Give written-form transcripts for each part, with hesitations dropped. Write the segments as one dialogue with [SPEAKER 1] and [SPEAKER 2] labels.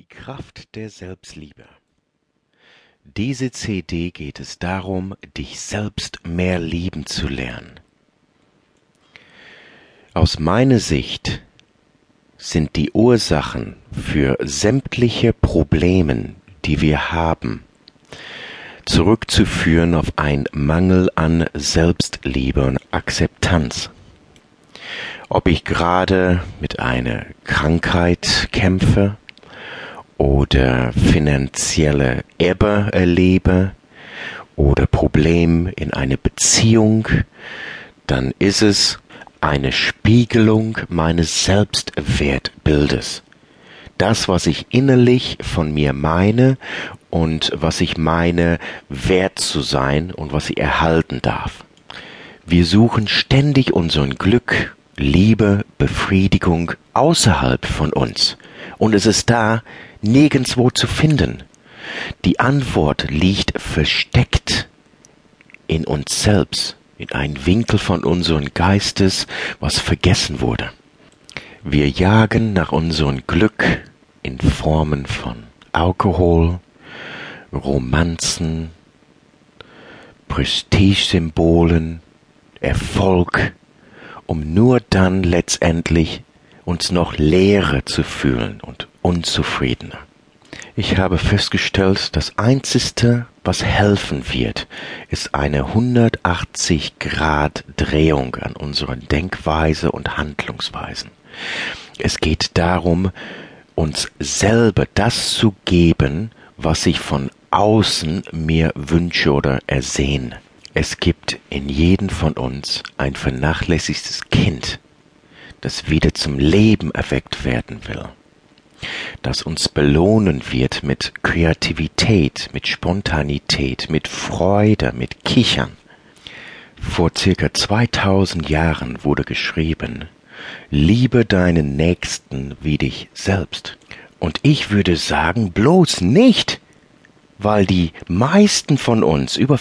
[SPEAKER 1] Die Kraft der Selbstliebe. Diese CD geht es darum, dich selbst mehr lieben zu lernen. Aus meiner Sicht sind die Ursachen für sämtliche Probleme, die wir haben, zurückzuführen auf einen Mangel an Selbstliebe und Akzeptanz. Ob ich gerade mit einer Krankheit kämpfe oder finanzielle Ebbe erlebe oder Problem in einer Beziehung, dann ist es eine Spiegelung meines Selbstwertbildes. Das, was ich innerlich von mir meine und was ich meine, wert zu sein und was ich erhalten darf. Wir suchen ständig unseren Glück, Liebe, Befriedigung außerhalb von uns. Und es ist da nirgendwo zu finden. Die Antwort liegt versteckt in uns selbst, in einem Winkel von unserem Geistes, was vergessen wurde. Wir jagen nach unserem Glück in Formen von Alkohol, Romanzen, Prestigesymbolen, Erfolg, um nur dann letztendlich uns noch leerer zu fühlen und unzufriedener. Ich habe festgestellt, das Einzige, was helfen wird, ist eine 180-Grad-Drehung an unserer Denkweise und Handlungsweisen. Es geht darum, uns selber das zu geben, was ich von außen mir wünsche oder ersehne. Es gibt in jedem von uns ein vernachlässigtes Kind, das wieder zum Leben erweckt werden will, das uns belohnen wird mit Kreativität, mit Spontanität, mit Freude, mit Kichern. Vor circa 2000 Jahren wurde geschrieben, liebe deinen Nächsten wie dich selbst. Und ich würde sagen, bloß nicht, weil die meisten von uns, über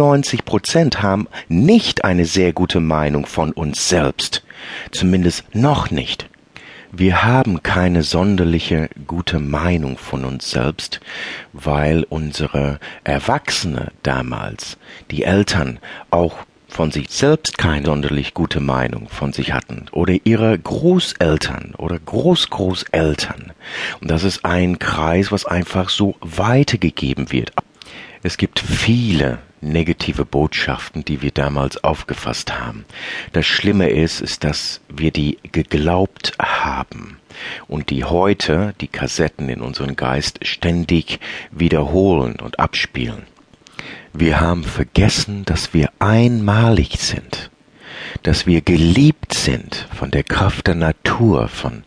[SPEAKER 1] 95%, haben nicht eine sehr gute Meinung von uns selbst. Zumindest noch nicht. Wir haben keine sonderliche gute Meinung von uns selbst, weil unsere Erwachsene damals, die Eltern, auch von sich selbst keine sonderlich gute Meinung von sich hatten oder ihre Großeltern oder Großgroßeltern. Und das ist ein Kreis, was einfach so weitergegeben wird. Es gibt viele negative Botschaften, die wir damals aufgefasst haben. Das Schlimme ist, dass wir die geglaubt haben und die heute, die Kassetten in unserem Geist, ständig wiederholen und abspielen. Wir haben vergessen, dass wir einmalig sind, dass wir geliebt sind von der Kraft der Natur, von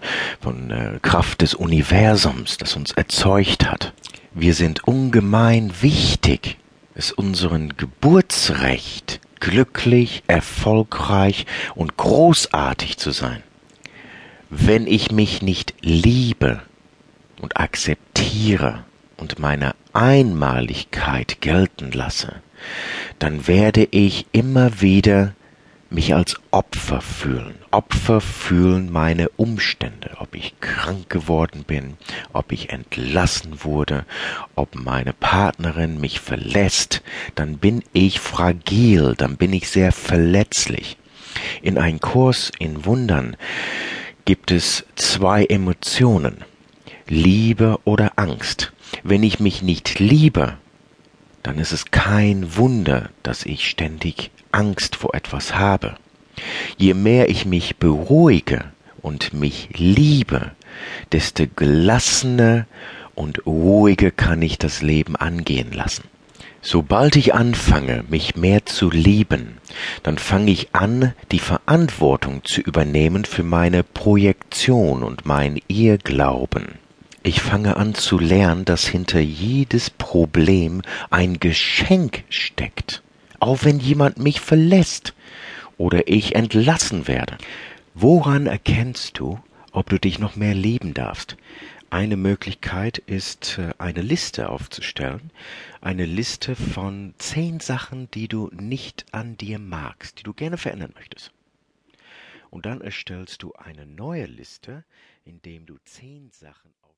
[SPEAKER 1] Kraft des Universums, das uns erzeugt hat. Wir sind ungemein wichtig. Es ist unser Geburtsrecht, glücklich, erfolgreich und großartig zu sein. Wenn ich mich nicht liebe und akzeptiere und meine Einmaligkeit gelten lasse, dann werde ich immer wieder mich als Opfer fühlen. Opfer fühlen meine Umstände, ob ich krank geworden bin, ob ich entlassen wurde, ob meine Partnerin mich verlässt, dann bin ich fragil, dann bin ich sehr verletzlich. In einem Kurs in Wundern gibt es 2 Emotionen, Liebe oder Angst. Wenn ich mich nicht liebe, dann ist es kein Wunder, dass ich ständig Angst vor etwas habe. Je mehr ich mich beruhige und mich liebe, desto gelassener und ruhiger kann ich das Leben angehen lassen. Sobald ich anfange, mich mehr zu lieben, dann fange ich an, die Verantwortung zu übernehmen für meine Projektion und mein Irrglauben. Ich fange an zu lernen, dass hinter jedes Problem ein Geschenk steckt, auch wenn jemand mich verlässt oder ich entlassen werde. Woran erkennst du, ob du dich noch mehr lieben darfst? Eine Möglichkeit ist, eine Liste aufzustellen, eine Liste von 10 Sachen, die du nicht an dir magst, die du gerne verändern möchtest. Und dann erstellst du eine neue Liste, indem du 10 Sachen auf